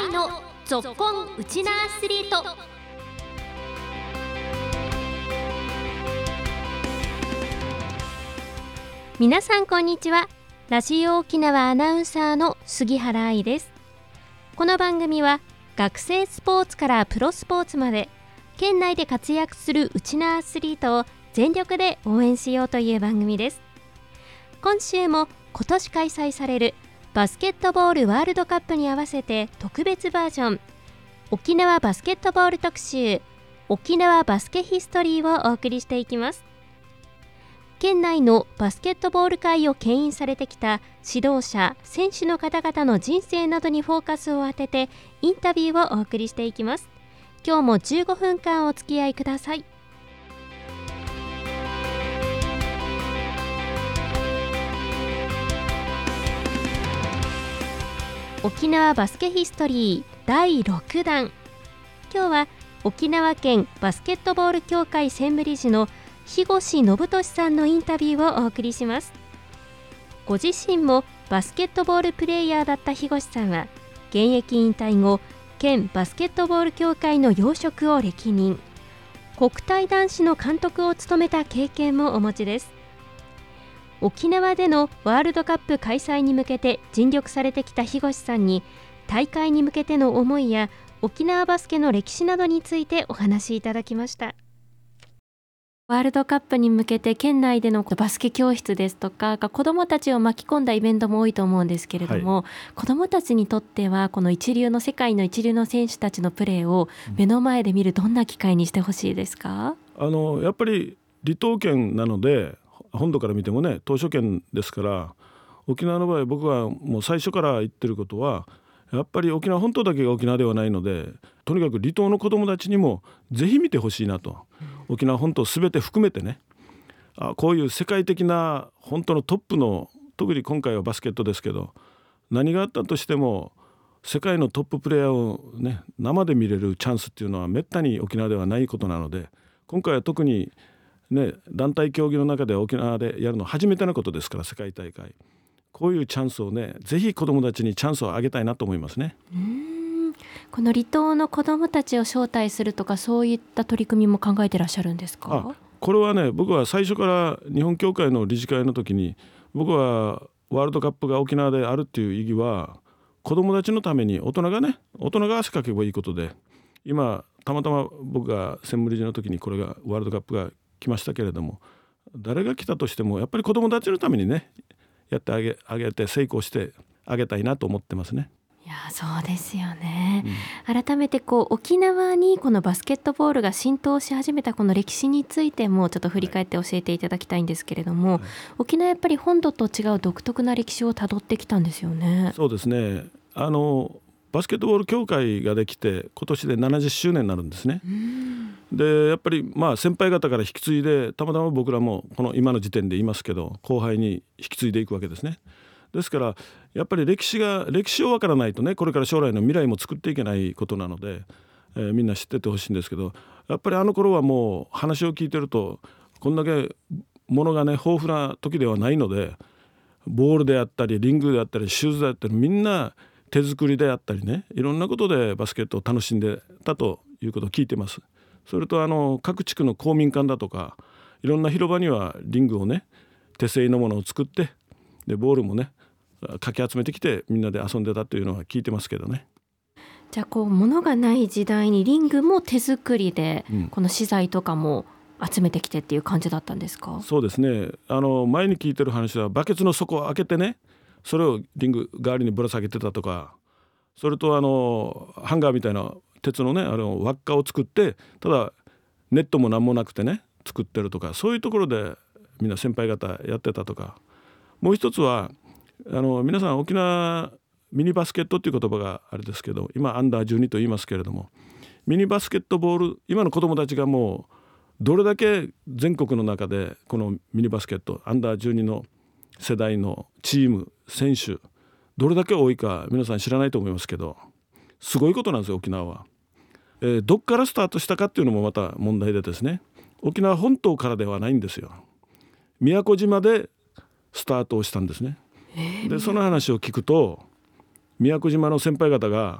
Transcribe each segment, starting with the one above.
愛のぞっこんウチナアスリート。皆さんこんにちは。ラジオ沖縄アナウンサーの杉原愛です。この番組は学生スポーツからプロスポーツまで県内で活躍するウチナアスリートを全力で応援しようという番組です。今週も今年開催されるバスケットボールワールドカップに合わせて特別バージョン沖縄バスケットボール特集沖縄バスケヒストリーをお送りしていきます。県内のバスケットボール界を牽引されてきた指導者、選手の方々の人生などにフォーカスを当ててインタビューをお送りしていきます。今日も15分間お付き合いください。沖縄バスケヒストリー第6弾。今日は沖縄県バスケットボール協会専務理事の日越信俊さんのインタビューをお送りします。ご自身もバスケットボールプレーヤーだった日越さんは現役引退後、県バスケットボール協会の要職を歴任、国体男子の監督を務めた経験もお持ちです。沖縄でのワールドカップ開催に向けて尽力されてきた日越さんに大会に向けての思いや沖縄バスケの歴史などについてお話しいただきました。ワールドカップに向けて県内でのバスケ教室ですとか子どもたちを巻き込んだイベントも多いと思うんですけれども、子どもたちにとってはこの世界の一流の選手たちのプレーを目の前で見るどんな機会にしてほしいですか？ やっぱり離島県なので本土から見てもね島しょ県ですから、沖縄の場合僕はもう最初から言ってることはやっぱり沖縄本島だけが沖縄ではないので、とにかく離島の子どもたちにもぜひ見てほしいなと、沖縄本島すべて含めてね、こういう世界的な本当のトップの、特に今回はバスケットですけど、何があったとしても世界のトッププレーヤーをね生で見れるチャンスっていうのはめったに沖縄ではないことなので、今回は特にね団体競技の中で沖縄でやるの初めてのことですから、世界大会こういうチャンスをねぜひ子どもたちにチャンスをあげたいなと思いますね。 この離島の子どもたちを招待するとかそういった取り組みも考えてらっしゃるんですか？ これはね、僕は最初から日本協会の理事会の時に、僕はワールドカップが沖縄であるっていう意義は子どもたちのために大人が汗かけばいいことで、今たまたま僕が専務理事の時にこれがワールドカップが来ましたけれども、誰が来たとしてもやっぱり子どもたちのためにねやってあげて成功してあげたいなと思ってますね。 いやそうですよね、改めて沖縄にこのバスケットボールが浸透し始めたこの歴史についてもちょっと振り返って教えていただきたいんですけれども、沖縄やっぱり本土と違う独特な歴史をたどってきたんですよね。 そうですね、バスケットボール協会ができて今年で70周年になるんですね。でやっぱり先輩方から引き継いで、たまたま僕らもこの今の時点で言いますけど後輩に引き継いでいくわけですね。ですからやっぱり歴史を分からないとね、これから将来の未来も作っていけないことなので、みんな知っててほしいんですけど、やっぱりあの頃はもう話を聞いてるとこんだけ物がね豊富な時ではないので、ボールであったりリングであったりシューズであったりみんな手作りであったりね、いろんなことでバスケットを楽しんでたということを聞いてます。それと各地区の公民館だとかいろんな広場にはリングをね手製のものを作って、でボールもねかき集めてきてみんなで遊んでたというのは聞いてますけどね。 じゃあ物がない時代にリングも手作りで、この資材とかも集めてきてっていう感じだったんですか？ そうですね、前に聞いてる話はバケツの底を開けてね、それをリング代わりにぶら下げてたとか、それとハンガーみたいな鉄のね輪っかを作って、ただネットも何もなくてね作ってるとか、そういうところでみんな先輩方やってたとか、もう一つは皆さん沖縄ミニバスケットっていう言葉があれですけど、今アンダー12と言いますけれども、ミニバスケットボール、今の子どもたちがもうどれだけ全国の中でこのミニバスケットアンダー12の世代のチーム選手どれだけ多いか皆さん知らないと思いますけど、すごいことなんですよ沖縄は。どっからスタートしたかっていうのもまた問題でですね、沖縄本島からではないんですよ。宮古島でスタートをしたんですね。でその話を聞くと、宮古島の先輩方が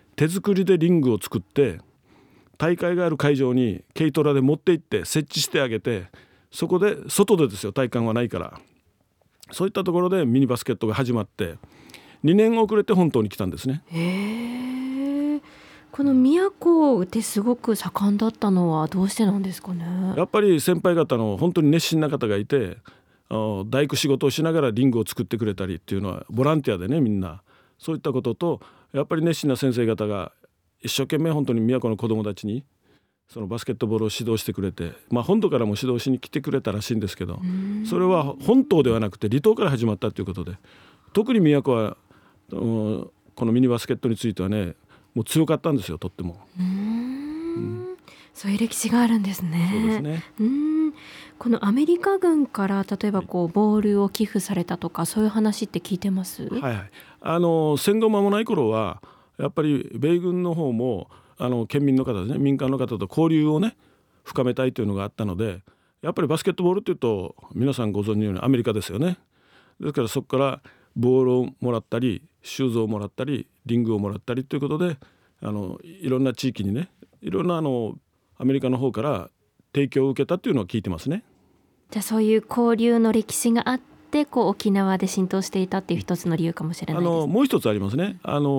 手作りでリングを作って大会がある会場に軽トラで持って行って設置してあげて、そこで外でですよ、体育館はないから、そういったところでミニバスケットが始まって2年遅れて本島に来たんですね。 この宮古ってすごく盛んだったのはどうしてなんですかね。 やっぱり先輩方の本当に熱心な方がいて、大工仕事をしながらリングを作ってくれたりっていうのはボランティアでね、みんなそういったことと、やっぱり熱心な先生方が一生懸命本当に宮古の子どもたちにそのバスケットボールを指導してくれて、本島からも指導しに来てくれたらしいんですけど、それは本島ではなくて離島から始まったということで、特に宮古はこのミニバスケットについてはね、もう強かったんですよ、とっても。 そういう歴史があるんですね。 そうですね。 このアメリカ軍から例えばボールを寄付されたとか、そういう話って聞いてます？ 戦後間もない頃はやっぱり米軍の方も県民の方ですね、民間の方と交流をね深めたいというのがあったので、やっぱりバスケットボールというと皆さんご存知のようにアメリカですよね。ですからそこからボールをもらったりシューズをもらったりリングをもらったりということで、いろんな地域にね、いろんなアメリカの方から提供を受けたというのは聞いてますね。 じゃあそういう交流の歴史があって沖縄で浸透していたっていう一つの理由かもしれないですね。 もう一つありますね。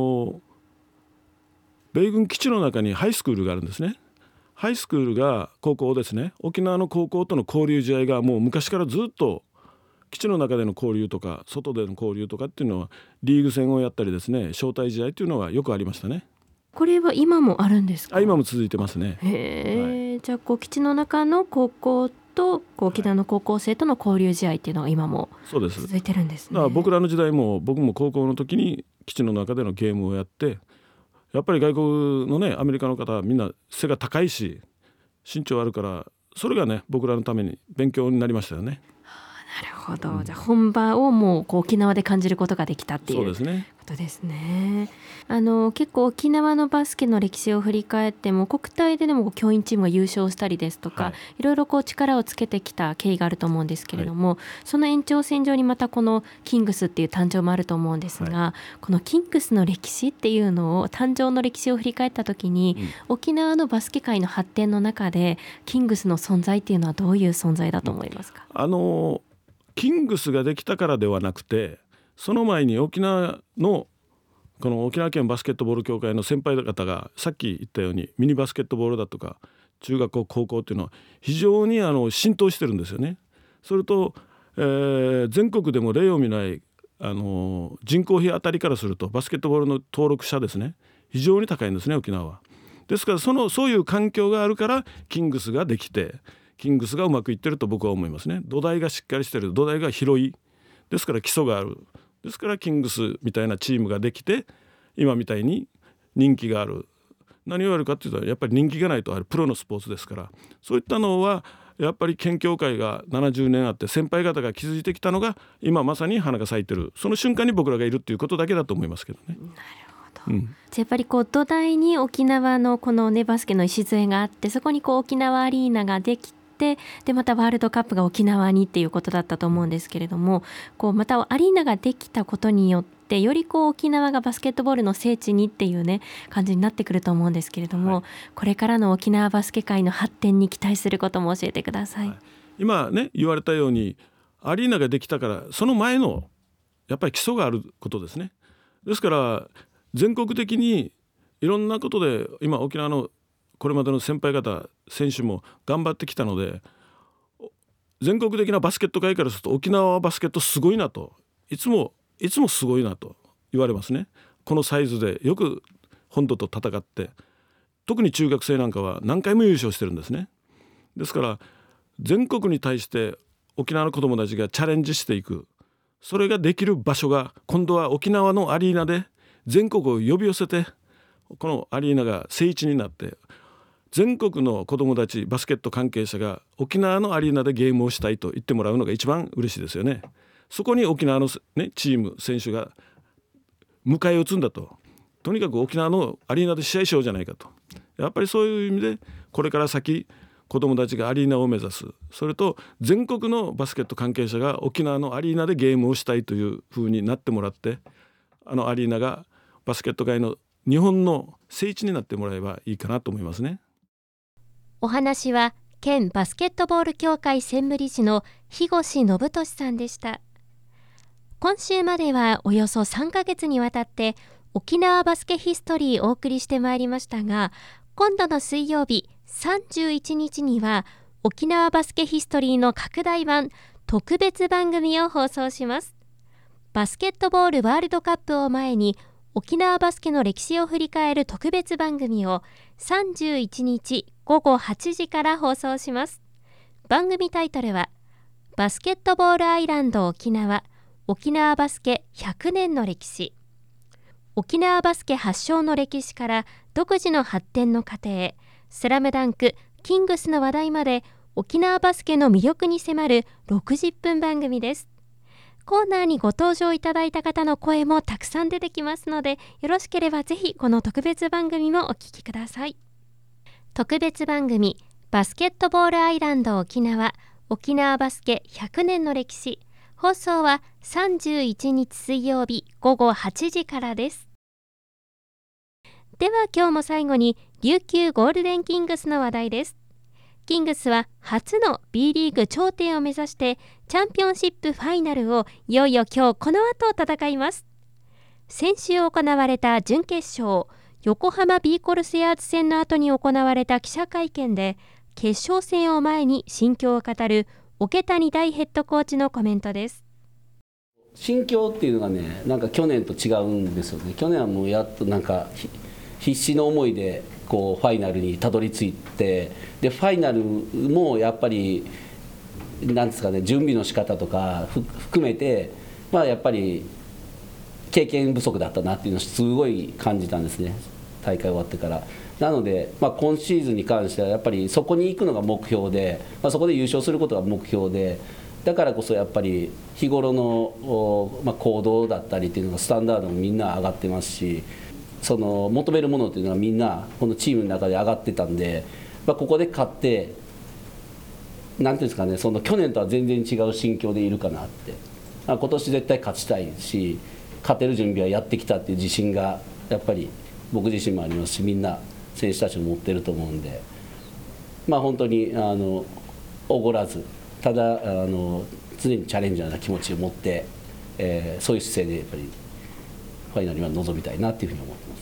米軍基地の中にハイスクールがあるんですね。ハイスクールが高校ですね。沖縄の高校との交流試合がもう昔からずっと基地の中での交流とか外での交流とかっていうのはリーグ戦をやったりですね、招待試合というのはよくありましたね。 これは今もあるんですか？ 今も続いてますね。 じゃあ基地の中の高校と沖縄の高校生との交流試合っていうのが今も続いてるんですね。 だから僕らの時代も僕も高校の時に基地の中でのゲームをやって、やっぱり外国のねアメリカの方はみんな背が高いし身長あるから、それがね僕らのために勉強になりましたよね。 なるほど、じゃあ本場をもう沖縄で感じることができたっていうそうですね。 ことですね。結構沖縄のバスケの歴史を振り返っても国体でも教員チームが優勝したりですとか、いろいろ力をつけてきた経緯があると思うんですけれども、その延長線上にまたこのキングスっていう誕生もあると思うんですが、このキングスの歴史っていうのを誕生の歴史を振り返った時に、沖縄のバスケ界の発展の中でキングスの存在っていうのはどういう存在だと思いますか？ キングスができたからではなくて、その前に沖縄のこの沖縄県バスケットボール協会の先輩方がさっき言ったようにミニバスケットボールだとか中学校高校っていうのは非常に浸透してるんですよね。それと、全国でも例を見ない人口比あたりからするとバスケットボールの登録者ですね、非常に高いんですね、沖縄は。ですからそういう環境があるからキングスができて、キングスがうまくいってると僕は思いますね。土台がしっかりしてる、土台が広いですから基礎がある、ですからキングスみたいなチームができて今みたいに人気がある。何をやるかっていうとやっぱり人気がないとプロのスポーツですから、そういったのはやっぱり県協会が70年あって先輩方が築いてきたのが今まさに花が咲いてる、その瞬間に僕らがいるっていうことだけだと思いますけどね。 なるほど、やっぱり土台に沖縄のこのバスケの礎があって、そこに沖縄アリーナができて、でまたワールドカップが沖縄にっていうことだったと思うんですけれども、またアリーナができたことによってより沖縄がバスケットボールの聖地にっていうね感じになってくると思うんですけれども、これからの沖縄バスケ界の発展に期待することも教えてください。 今ね言われたようにアリーナができたからその前のやっぱり基礎があることですね。ですから全国的にいろんなことで今沖縄のこれまでの先輩方選手も頑張ってきたので、全国的なバスケット界からすると沖縄はバスケットすごいなといつもすごいなと言われますね。このサイズでよく本土と戦って、特に中学生なんかは何回も優勝してるんですね。ですから全国に対して沖縄の子どもたちがチャレンジしていく、それができる場所が今度は沖縄のアリーナで全国を呼び寄せて、このアリーナが聖地になって全国の子どもたちバスケット関係者が沖縄のアリーナでゲームをしたいと言ってもらうのが一番嬉しいですよね。そこに沖縄の、チーム選手が迎え撃つんだと、とにかく沖縄のアリーナで試合しようじゃないかと、やっぱりそういう意味でこれから先子どもたちがアリーナを目指す、それと全国のバスケット関係者が沖縄のアリーナでゲームをしたいという風になってもらって、アリーナがバスケット界の日本の聖地になってもらえばいいかなと思いますね。 お話は県バスケットボール協会専務理事の日越信俊さんでした。今週まではおよそ3ヶ月にわたって沖縄バスケヒストリーをお送りしてまいりましたが、今度の水曜日31日には沖縄バスケヒストリーの拡大版特別番組を放送します。バスケットボールワールドカップを前に沖縄バスケの歴史を振り返る特別番組を31日午後8時から放送します。番組タイトルはバスケットボールアイランド沖縄沖縄バスケ100年の歴史。沖縄バスケ発祥の歴史から独自の発展の過程、スラムダンク、キングスの話題まで沖縄バスケの魅力に迫る60分番組です。コーナーにご登場いただいた方の声もたくさん出てきますので、よろしければぜひこの特別番組もお聞きください。特別番組バスケットボールアイランド沖縄沖縄バスケ100年の歴史。放送は31日水曜日午後8時からです。では今日も最後に琉球ゴールデンキングスの話題です。キングスは初の B リーグ頂点を目指してチャンピオンシップファイナルをいよいよ今日この後戦います。先週行われた準決勝横浜ビーコルセアーズ戦の後に行われた記者会見で決勝戦を前に心境を語る桶谷大ヘッドコーチのコメントです。 心境っていうのがね、なんか去年と違うんですよね。去年はもうやっとなんか必死の思いでこうファイナルにたどり着いて、でファイナルもやっぱりなんですかね、準備の仕方とか含めて、まあやっぱり経験不足だったなっていうのをすごい感じたんですね、大会終わってから。なので、今シーズンに関してはやっぱりそこに行くのが目標で、そこで優勝することが目標で、だからこそやっぱり日頃の、行動だったりっていうのがスタンダードもみんな上がってますし、その求めるものっていうのはみんなこのチームの中で上がってたんで、ここで勝ってなんていうんですかね、その去年とは全然違う心境でいるかなって、今年絶対勝ちたいし勝てる準備はやってきたっていう自信がやっぱり僕自身もありますし、みんな選手たちも持ってると思うんで、本当におごらず、ただ常にチャレンジャーな気持ちを持って、そういう姿勢でやっぱりファイナルには臨みたいなっていうふうに思ってます。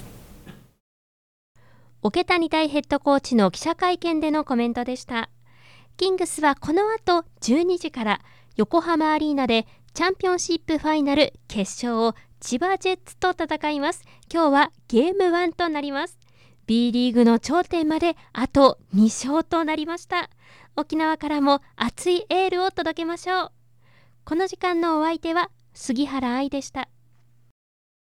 桶谷大ヘッドコーチの記者会見でのコメントでした。キングスはこの後12時から横浜アリーナでチャンピオンシップファイナル決勝を千葉ジェッツと戦います。今日はゲーム1となります。B リーグの頂点まであと2勝となりました。沖縄からも熱いエールを届けましょう。この時間のお相手は杉原愛でした。